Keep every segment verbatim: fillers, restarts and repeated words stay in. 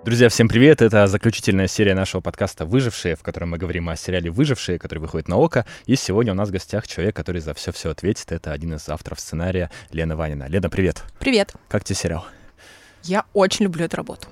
Друзья, всем привет! Это заключительная серия нашего подкаста «Выжившие», в котором мы говорим о сериале «Выжившие», который выходит на ОКО. И сегодня у нас в гостях человек, который за все-все ответит. Это один из авторов сценария Лена Ванина. Лена, привет! Привет! Как тебе сериал? Я очень люблю эту работу.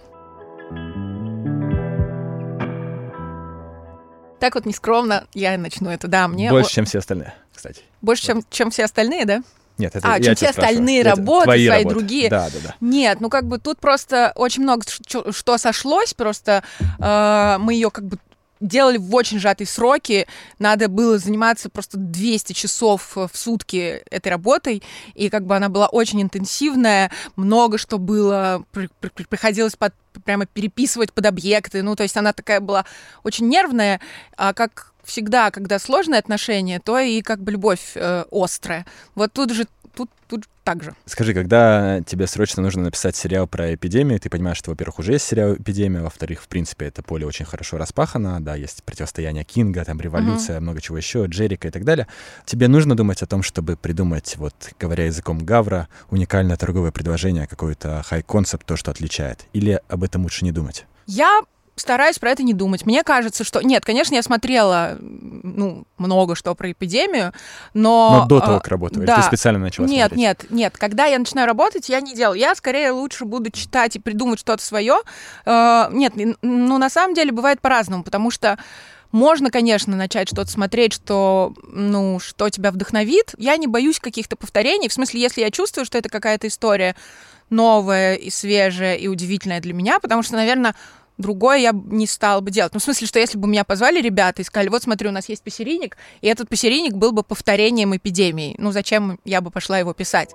Так вот нескромно я начну это. Да, мне Больше, чем все остальные, кстати. Больше, чем, чем все остальные, да? Нет, это а, я чем тебя все остальные спрашиваю. работы, Твои свои работы. другие. Да, да, да. Нет, ну как бы тут просто очень много что, что сошлось, просто э, мы ее как бы делали в очень сжатые сроки, надо было заниматься просто двести часов в сутки этой работой, и как бы она была очень интенсивная, много что было, при, при, приходилось под, прямо переписывать под объекты, ну то есть она такая была очень нервная, а как всегда, когда сложные отношения, то и как бы любовь э, острая. Вот тут же Тут, тут так же. Скажи, когда тебе срочно нужно написать сериал про эпидемию, ты понимаешь, что, во-первых, уже есть сериал «Эпидемия», во-вторых, в принципе, это поле очень хорошо распахано, да, есть противостояние Кинга, там, революция, uh-huh. много чего еще, Джерика и так далее. Тебе нужно думать о том, чтобы придумать, вот, говоря языком Гавра, уникальное торговое предложение, какой-то хай-концепт, то, что отличает? Или об этом лучше не думать? Я... Стараюсь про это не думать. Мне кажется, что... Нет, конечно, я смотрела ну, много что про эпидемию, но... Но до того, как работала? Да. Или ты специально начала нет, смотреть? Нет, нет, нет. Когда я начинаю работать, я не делаю. Я скорее лучше буду читать и придумать что-то свое. Нет, ну, на самом деле бывает по-разному, потому что можно, конечно, начать что-то смотреть, что, ну, что тебя вдохновит. Я не боюсь каких-то повторений. В смысле, если я чувствую, что это какая-то история новая и свежая и удивительная для меня, потому что, наверное... Другое я не стала бы делать. Ну, в смысле, что если бы меня позвали ребята и сказали, вот смотри, у нас есть посерийник, и этот посерийник был бы повторением эпидемии. Ну, зачем я бы пошла его писать?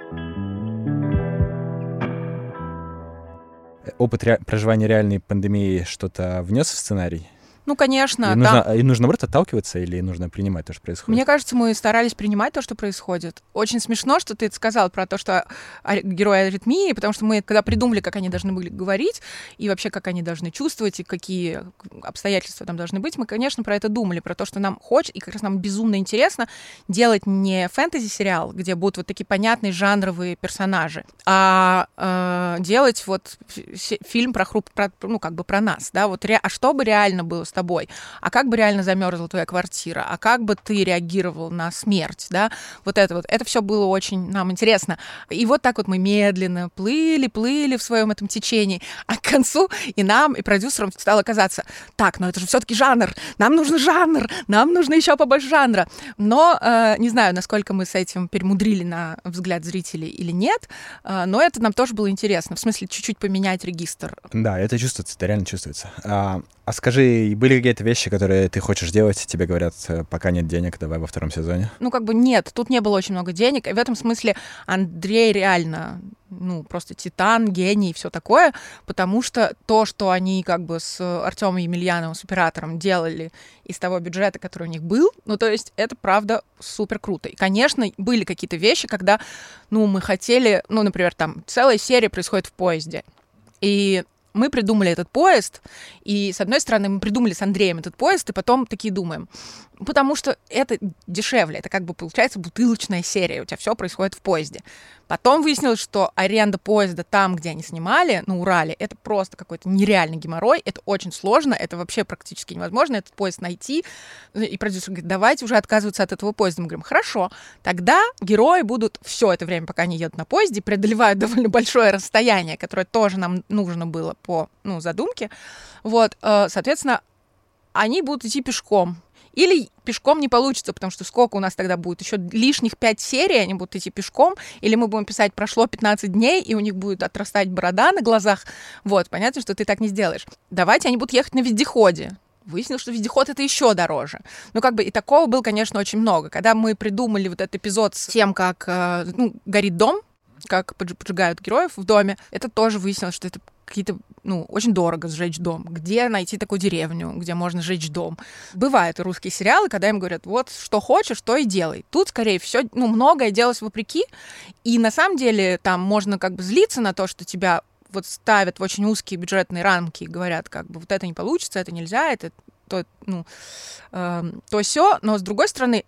Опыт ре- проживания реальной пандемии что-то внес в сценарий? Ну, конечно. И там... нужно, и нужно, наоборот, отталкиваться или нужно принимать то, что происходит? Мне кажется, мы старались принимать то, что происходит. Очень смешно, что ты это сказал про то, что герои аритмии, потому что мы, когда придумали, как они должны были говорить, и вообще, как они должны чувствовать, и какие обстоятельства там должны быть, мы, конечно, про это думали, про то, что нам хочется, и как раз нам безумно интересно делать не фэнтези-сериал, где будут вот такие понятные жанровые персонажи, а э, делать вот фильм про, хруп, про, ну, как бы про нас, да, вот, ре... а что бы реально было с тобой, а как бы реально замерзла твоя квартира, а как бы ты реагировал на смерть, да, вот это вот, это все было очень нам интересно. И вот так вот мы медленно плыли, плыли в своем этом течении, а к концу и нам, и продюсерам стало казаться, так, ну это же все-таки жанр, нам нужен жанр, нам нужно еще побольше жанра. Но э, не знаю, насколько мы с этим перемудрили на взгляд зрителей или нет, э, но это нам тоже было интересно, в смысле чуть-чуть поменять регистр. Да, это чувствуется, это реально чувствуется. А, а скажи, были какие-то вещи, которые ты хочешь делать, тебе говорят, пока нет денег, давай во втором сезоне? Ну, как бы нет, тут не было очень много денег, и в этом смысле Андрей реально, ну, просто титан, гений и все такое, потому что то, что они как бы с Артёмом Емельяновым, с оператором, делали из того бюджета, который у них был, ну, то есть это, правда, супер круто. И, конечно, были какие-то вещи, когда, ну, мы хотели, ну, например, там целая серия происходит в поезде, и мы придумали этот поезд, и, с одной стороны, мы придумали с Андреем этот поезд, и потом такие думаем, потому что это дешевле, это как бы получается бутылочная серия, у тебя все происходит в поезде. Потом выяснилось, что аренда поезда там, где они снимали, на Урале, это просто какой-то нереальный геморрой, это очень сложно, это вообще практически невозможно, этот поезд найти. И продюсер говорит, давайте уже отказываться от этого поезда. Мы говорим, хорошо, тогда герои будут все это время, пока они едут на поезде, преодолевают довольно большое расстояние, которое тоже нам нужно было по ну, задумке. Вот, соответственно, они будут идти пешком. Или пешком не получится, потому что сколько у нас тогда будет? Еще лишних пять серий, они будут идти пешком, или мы будем писать «прошло пятнадцать дней», и у них будет отрастать борода на глазах. Вот, понятно, что ты так не сделаешь. Давайте они будут ехать на вездеходе. Выяснилось, что вездеход — это еще дороже. Ну, как бы, и такого было, конечно, очень много. Когда мы придумали вот этот эпизод с тем, как ну, горит дом, как поджигают героев в доме, это тоже выяснилось, что это какие-то, ну, очень дорого сжечь дом. Где найти такую деревню, где можно сжечь дом? Бывают русские сериалы, когда им говорят, вот, что хочешь, то и делай. Тут, скорее всего, ну, многое делалось вопреки, и на самом деле там можно как бы злиться на то, что тебя вот ставят в очень узкие бюджетные рамки и говорят, как бы, вот это не получится, это нельзя, это то, ну, э, то сё, но, с другой стороны,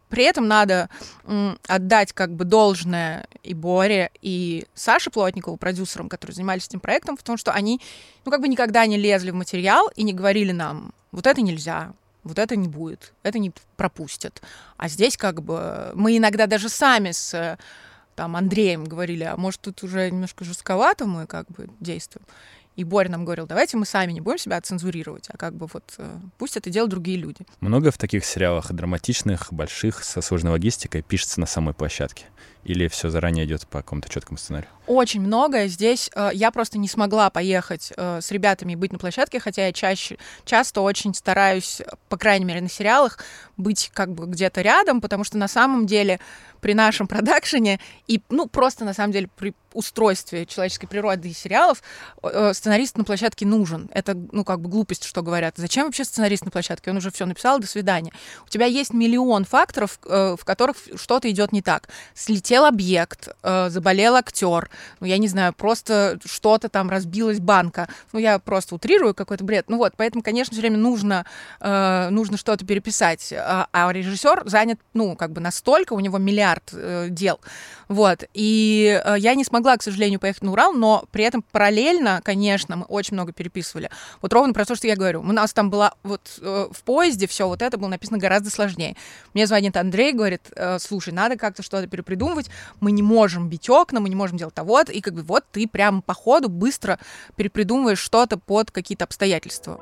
При этом надо м, отдать как бы должное и Боре, и Саше Плотникову, продюсерам, которые занимались этим проектом, в том, что они, ну, как бы никогда не лезли в материал и не говорили нам, вот это нельзя, вот это не будет, это не пропустят. А здесь как бы мы иногда даже сами с там, Андреем говорили, а может, тут уже немножко жестковато мы как бы действуем. И Боря нам говорил, давайте мы сами не будем себя цензурировать, а как бы вот э, пусть это делают другие люди. Много в таких сериалах драматичных, больших, со сложной логистикой пишется на самой площадке? Или все заранее идет по какому-то четкому сценарию? Очень много. Здесь э, я просто не смогла поехать э, с ребятами и быть на площадке, хотя я чаще, часто очень стараюсь, по крайней мере, на сериалах быть как бы где-то рядом, потому что на самом деле при нашем продакшене и, ну, просто на самом деле при устройстве человеческой природы и сериалов э, сценарист на площадке нужен. Это, ну, как бы глупость, что говорят. Зачем вообще сценарист на площадке? Он уже все написал, до свидания. У тебя есть миллион факторов, э, в которых что-то идет не так. Слетел объект, э, заболел актер, ну, я не знаю, просто что-то там, разбилась банка. Ну, я просто утрирую какой-то бред. Ну вот, поэтому, конечно, все время нужно, э, нужно что-то переписать. А, а режиссер занят, ну, как бы настолько, у него миллиард э, дел. Вот. И э, я не смогла, к сожалению, поехать на Урал, но при этом параллельно, конечно, мы очень много переписывали. Вот ровно про то, что я говорю. У нас там была вот э, в поезде все вот это было написано гораздо сложнее. Мне звонит Андрей, говорит, э, слушай, надо как-то что-то перепридумывать, мы не можем бить окна, мы не можем делать того, и как бы вот ты прямо по ходу быстро перепридумываешь что-то под какие-то обстоятельства.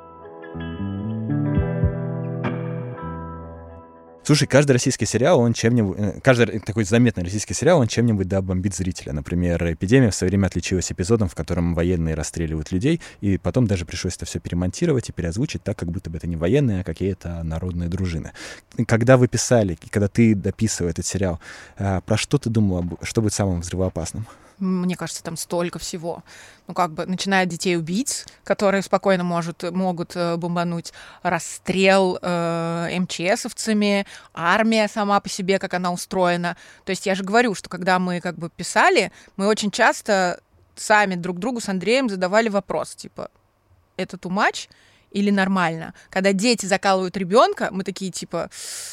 Слушай, каждый российский сериал, он чем-нибудь... Каждый такой заметный российский сериал, он чем-нибудь, да, бомбит зрителя. Например, «Эпидемия» в свое время отличилась эпизодом, в котором военные расстреливают людей, и потом даже пришлось это все перемонтировать и переозвучить так, как будто бы это не военные, а какие-то народные дружины. Когда вы писали, когда ты дописывал этот сериал, про что ты думала, что будет самым взрывоопасным? Мне кажется, там столько всего. Ну, как бы, начиная от детей-убийц, которые спокойно может, могут э, бомбануть, расстрел э, эм че эсовцами, армия сама по себе, как она устроена. То есть я же говорю, что когда мы как бы писали, мы очень часто сами друг другу с Андреем задавали вопрос, типа, это too much или нормально? Когда дети закалывают ребенка, мы такие, типа...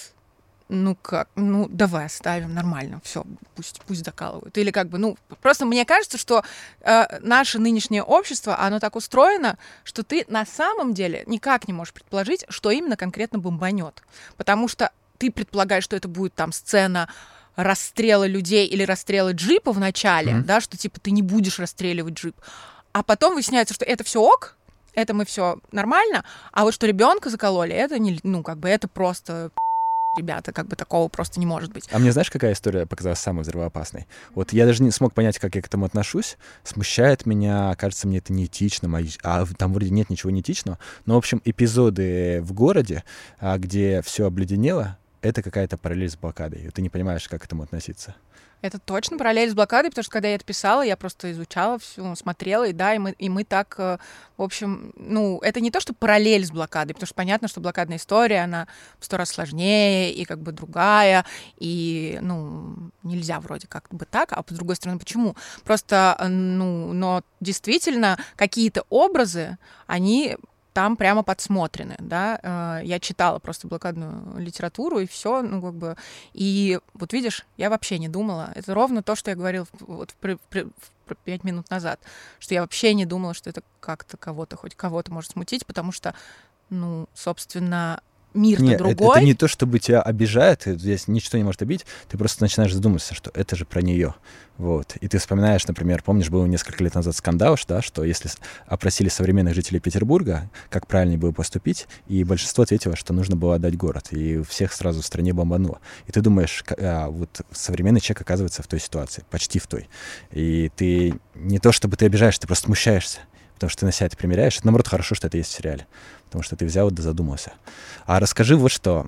ну как, ну давай оставим, нормально, все, пусть, пусть закалывают. Или как бы, ну, просто мне кажется, что э, наше нынешнее общество, оно так устроено, что ты на самом деле никак не можешь предположить, что именно конкретно бомбанет. Потому что ты предполагаешь, что это будет там сцена расстрела людей или расстрела джипа в начале, mm-hmm. да, что типа ты не будешь расстреливать джип. А потом выясняется, что это все ок, это мы все нормально, а вот что ребенка закололи, это не, ну, как бы это просто... Ребята, как бы такого просто не может быть. А мне знаешь, какая история показалась самой взрывоопасной? Вот я даже не смог понять, как я к этому отношусь. Смущает меня, кажется, мне это неэтично, а там вроде нет ничего неэтичного. Но, в общем, эпизоды в городе, где все обледенело, это какая-то параллель с блокадой. И ты не понимаешь, как к этому относиться. Это точно параллель с блокадой, потому что когда я это писала, я просто изучала все, смотрела, и да, и мы, и мы так, в общем, ну, это не то, что параллель с блокадой, потому что понятно, что блокадная история, она в сто раз сложнее и как бы другая, и, ну, нельзя вроде как бы так, а по другой стороне, почему? Просто, ну, но действительно какие-то образы, они... там прямо подсмотрены, да, я читала просто блокадную литературу и все, ну, как бы, и вот видишь, я вообще не думала, это ровно то, что я говорила вот при, при, пять минут назад, что я вообще не думала, что это как-то кого-то, хоть кого-то может смутить, потому что, ну, собственно, мир-то Нет, другой. Это, это не то, чтобы тебя обижает, здесь ничто не может обидеть, ты просто начинаешь задумываться, что это же про нее. Вот. И ты вспоминаешь, например, помнишь, был несколько лет назад скандал, да, что если опросили современных жителей Петербурга, как правильнее было поступить, и большинство ответило, что нужно было отдать город, и у всех сразу в стране бомбануло. И ты думаешь, а, вот современный человек оказывается в той ситуации, почти в той. И ты не то, чтобы ты обижаешься, ты просто смущаешься, потому что ты на себя это примеряешь. Это, наоборот, хорошо, что это есть в сериале, потому что ты взял да задумался. А расскажи вот что.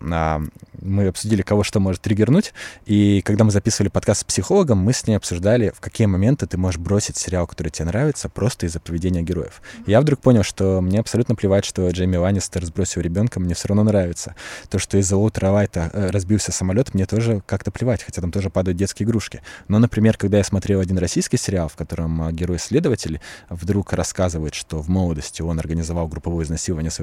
Мы обсудили, кого что может триггернуть, и когда мы записывали подкаст с психологом, мы с ней обсуждали, в какие моменты ты можешь бросить сериал, который тебе нравится, просто из-за поведения героев. И я вдруг понял, что мне абсолютно плевать, что Джейми Ланнистер сбросил ребенка, мне все равно нравится. То, что из-за Уолтера Уайта разбился самолет, мне тоже как-то плевать, хотя там тоже падают детские игрушки. Но, например, когда я смотрел один российский сериал, в котором герой-следователь вдруг рассказывает, что в молодости он организовал групповое изнасилование своей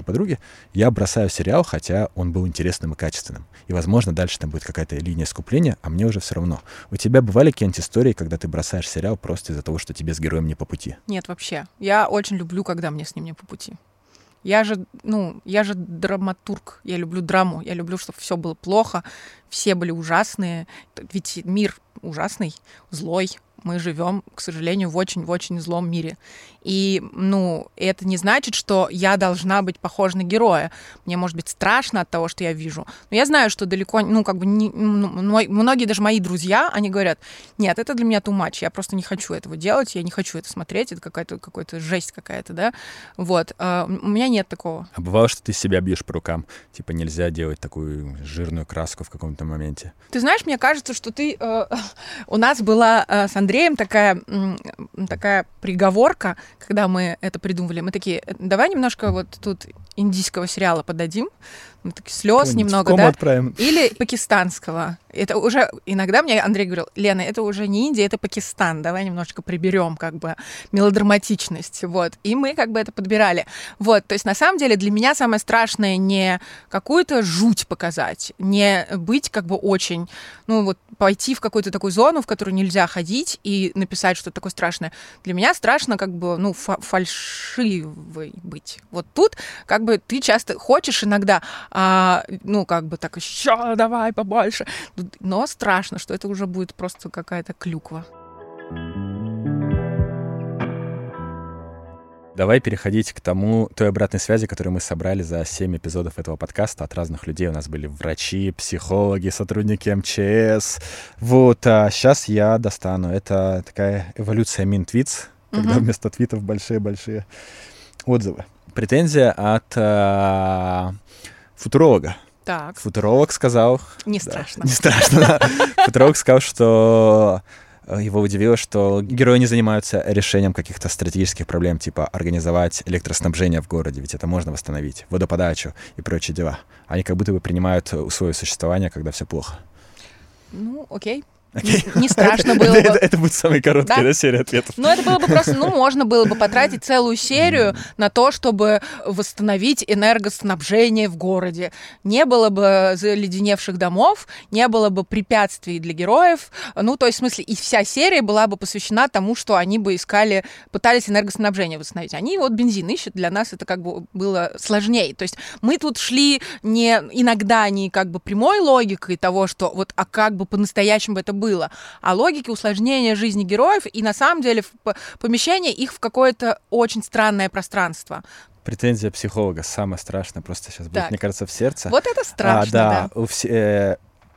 подруги, я бросаю сериал, хотя он был интересным и качественным. И, возможно, дальше там будет какая-то линия искупления, а мне уже все равно. У тебя бывали какие-нибудь истории, когда ты бросаешь сериал просто из-за того, что тебе с героем не по пути? Нет, вообще. Я очень люблю, когда мне с ним не по пути. Я же, ну, я же драматург, я люблю драму, я люблю, чтобы все было плохо, все были ужасные, ведь мир ужасный, злой. Мы живем, к сожалению, в очень-очень злом мире. И, ну, это не значит, что я должна быть похожа на героя. Мне, может быть, страшно от того, что я вижу. Но я знаю, что далеко, ну, как бы, не, ну, многие даже мои друзья, они говорят, нет, это для меня too much, я просто не хочу этого делать, я не хочу это смотреть, это какая-то, какая-то жесть какая-то, да. Вот. А у меня нет такого. А бывало, что ты себя бьешь по рукам? Типа нельзя делать такую жирную краску в каком-то моменте? Ты знаешь, мне кажется, что ты... Э, у нас была э, с Андреем такая, такая приговорка, когда мы это придумывали. Мы такие, давай немножко вот тут индийского сериала подадим, мы такие слез немного, да? Отправим. Или пакистанского. Это уже иногда мне Андрей говорил, Лена, это уже не Индия, это Пакистан, давай немножечко приберем как бы мелодраматичность, вот. И мы как бы это подбирали. Вот, то есть на самом деле для меня самое страшное не какую-то жуть показать, не быть как бы очень, ну вот пойти в какую-то такую зону, в которую нельзя ходить и написать что-то такое страшное. Для меня страшно как бы, ну, фальшивой быть. Вот тут как бы ты часто хочешь иногда, а, ну, как бы так, еще давай побольше. Но страшно, что это уже будет просто какая-то клюква. Давай переходить к тому, той обратной связи, которую мы собрали за семь эпизодов этого подкаста от разных людей. У нас были врачи, психологи, сотрудники эм че эс. Вот, а сейчас я достану. Это такая эволюция мин-твитс, когда uh-huh. вместо твитов большие-большие отзывы. Претензия от а, футуролога. Так. Футуролог сказал... Не да, страшно. Не страшно, да. Футуролог сказал, что его удивило, что герои не занимаются решением каких-то стратегических проблем, типа организовать электроснабжение в городе, ведь это можно восстановить, водоподачу и прочие дела. Они как будто бы принимают условия существования, когда все плохо. Ну, окей. Okay. Не, не страшно было это, бы. Это, это будет самая короткая да? Да, серия ответов. Ну, это было бы просто, ну, можно было бы потратить целую серию на то, чтобы восстановить энергоснабжение в городе. Не было бы заледеневших домов, не было бы препятствий для героев. Ну, то есть, в смысле, и вся серия была бы посвящена тому, что они бы искали, пытались энергоснабжение восстановить. Они вот бензин ищут, для нас это как бы было сложнее. То есть мы тут шли не иногда не как бы прямой логикой того, что вот, а как бы по-настоящему это было, а логики усложнения жизни героев и на самом деле помещение их в какое-то очень странное пространство. Претензия психолога самая страшная просто сейчас будет, так. Мне кажется, в сердце. Вот это страшно, а, да. да. У все, э,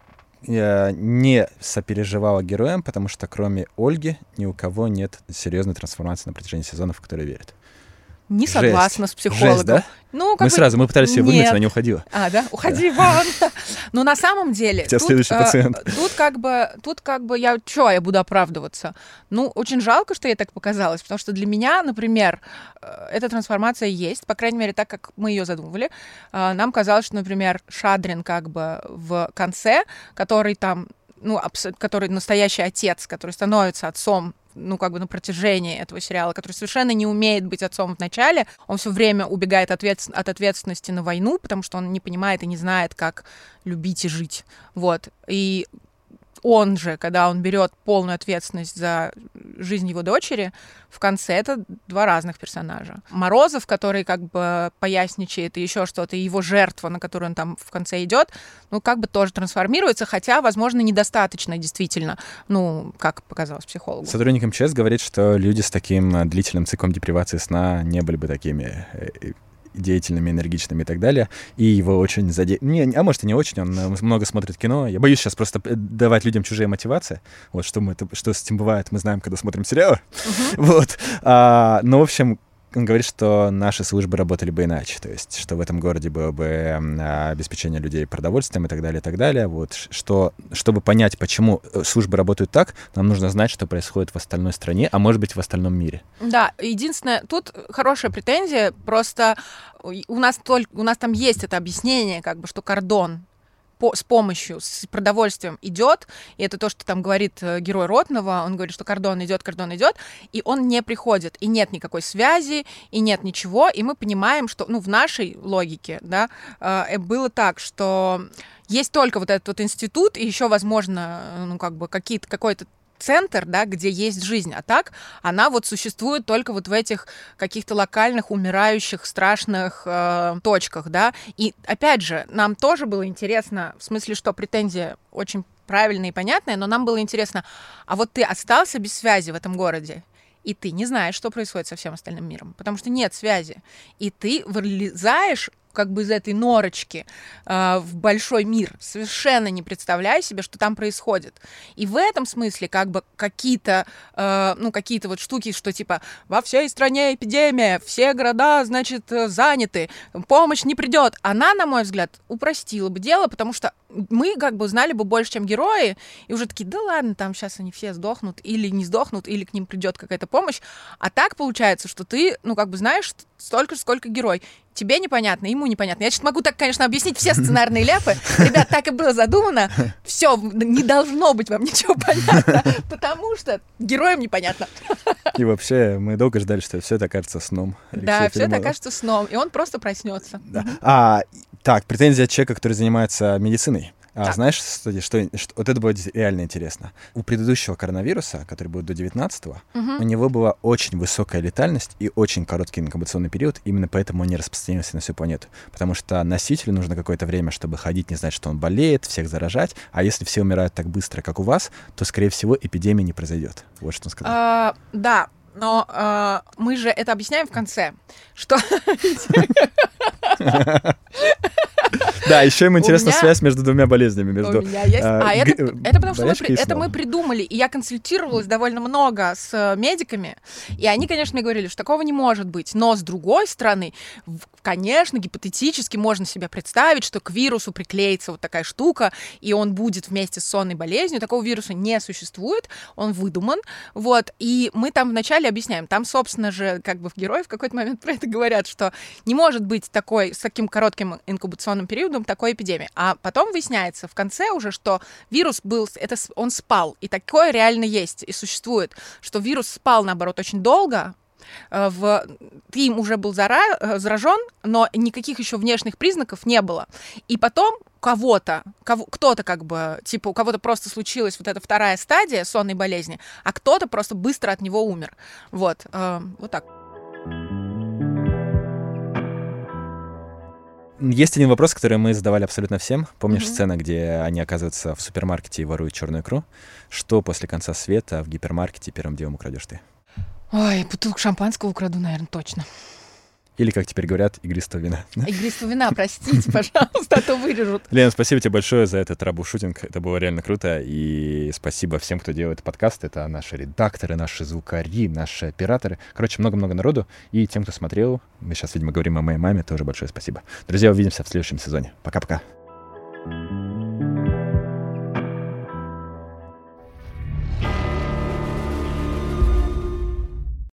я не сопереживала героям, потому что кроме Ольги ни у кого нет серьезной трансформации на протяжении сезонов, в которые верят. Не согласна Жесть. с психологом. Жесть, да? Ну, мы бы... сразу, мы пытались ее выгнать, Нет. она не уходила. А, да? Уходи, да. Вон! Но на самом деле... У тебя тут, следующий э, пациент. Тут как бы, тут как бы я... Чё, я буду оправдываться? Ну, очень жалко, что ей так показалось, потому что для меня, например, эта трансформация есть, по крайней мере, так, как мы ее задумывали. Нам казалось, что, например, Шадрин как бы в конце, который там, ну, абс- который настоящий отец, который становится отцом, ну, как бы на протяжении этого сериала, который совершенно не умеет быть отцом в начале, он все время убегает ответ... от ответственности на войну, потому что он не понимает и не знает, как любить и жить. Вот. И он же, когда он берет полную ответственность за жизнь его дочери, в конце это два разных персонажа. Морозов, который как бы поясничает и еще что-то, и его жертва, на которую он там в конце идет, ну, как бы тоже трансформируется, хотя, возможно, недостаточно, действительно, ну, как показалось психологу. Сотрудник эм че эс говорит, что люди с таким длительным циклом депривации сна не были бы такими деятельными, энергичными и так далее. И его очень заде... Не, а может и не очень, он много смотрит кино. Я боюсь сейчас просто давать людям чужие мотивации. Вот что, мы, что с этим бывает, мы знаем, когда смотрим сериалы. Uh-huh. Вот. А, ну, в общем, он говорит, что наши службы работали бы иначе. То есть, что в этом городе было бы обеспечение людей продовольствием и так далее, и так далее. Вот. Что, чтобы понять, почему службы работают так, нам нужно знать, что происходит в остальной стране, а может быть, в остальном мире. Да, единственное, тут хорошая претензия, просто у нас, только, у нас там есть это объяснение, как бы, что кордон по, с помощью, с продовольствием идет, и это то, что там говорит герой Ротного, он говорит, что кордон идет, кордон идет, и он не приходит, и нет никакой связи, и нет ничего, и мы понимаем, что, ну, в нашей логике, да, было так, что есть только вот этот вот институт, и еще, возможно, ну, как бы какие-то, какой-то центр, да, где есть жизнь, а так она вот существует только вот в этих каких-то локальных, умирающих, страшных э, точках, да, и опять же, нам тоже было интересно, в смысле, что претензия очень правильная и понятная, но нам было интересно, а вот ты остался без связи в этом городе, и ты не знаешь, что происходит со всем остальным миром, потому что нет связи, и ты вылезаешь как бы из этой норочки э, в большой мир, совершенно не представляя себе, что там происходит. И в этом смысле как бы какие-то, э, ну, какие-то вот штуки, что типа во всей стране эпидемия, все города, значит, заняты, помощь не придет. Она, на мой взгляд, упростила бы дело, потому что мы как бы знали бы больше, чем герои, и уже такие, да ладно, там сейчас они все сдохнут, или не сдохнут, или к ним придет какая-то помощь. А так получается, что ты, ну, как бы знаешь столько же, сколько герой. Тебе непонятно, ему непонятно. Я сейчас могу так, конечно, объяснить все сценарные ляпы. Ребят, так и было задумано. Все, не должно быть вам ничего понятно, потому что героям непонятно. И вообще, мы долго ждали, что все это окажется сном. Да, все это окажется сном, и он просто проснется. Да. А, так, претензия человека, который занимается медициной. А, знаешь, кстати, что, что вот это будет реально интересно. У предыдущего коронавируса, который будет до девятнадцатого, угу. у него была очень высокая летальность и очень короткий инкубационный период. Именно поэтому он не распространился на всю планету. Потому что носителю нужно какое-то время, чтобы ходить, не знать, что он болеет, всех заражать. А если все умирают так быстро, как у вас, то, скорее всего, эпидемия не произойдет. Вот что он сказал. А, да, но а, мы же это объясняем в конце, что... Да, еще им интересна меня... связь между двумя болезнями. Между, У меня есть... А, а это, это потому что мы, это мы придумали, и я консультировалась довольно много с медиками, и они, конечно, мне говорили, что такого не может быть. Но, с другой стороны, конечно, гипотетически можно себе представить, что к вирусу приклеится вот такая штука, и он будет вместе с сонной болезнью. Такого вируса не существует, он выдуман. Вот, и мы там вначале объясняем, там, собственно же, как бы в герои в какой-то момент про это говорят, что не может быть такой, с таким коротким инкубационным периодом такой эпидемии. А потом выясняется в конце уже, что вирус был, это он спал, и такое реально есть и существует, что вирус спал, наоборот, очень долго, в... ты им уже был зара... заражен, но никаких еще внешних признаков не было. И потом кого-то, кого... кто-то как бы, типа, у кого-то просто случилась вот эта вторая стадия сонной болезни, а кто-то просто быстро от него умер. Вот, вот так. Есть один вопрос, который мы задавали абсолютно всем. Помнишь mm-hmm. сцена, где они оказываются в супермаркете и воруют черную икру? Что после конца света в гипермаркете первым делом украдешь ты? Ой, бутылку шампанского украду, наверное, точно. Или, как теперь говорят, игристого вина. Игристого вина, простите, пожалуйста, а то вырежут. Лена, спасибо тебе большое за этот трабл-шутинг. Это было реально круто. И спасибо всем, кто делает подкаст. Это наши редакторы, наши звукари, наши операторы. Короче, много-много народу. И тем, кто смотрел, мы сейчас, видимо, говорим о моей маме, тоже большое спасибо. Друзья, увидимся в следующем сезоне. Пока-пока.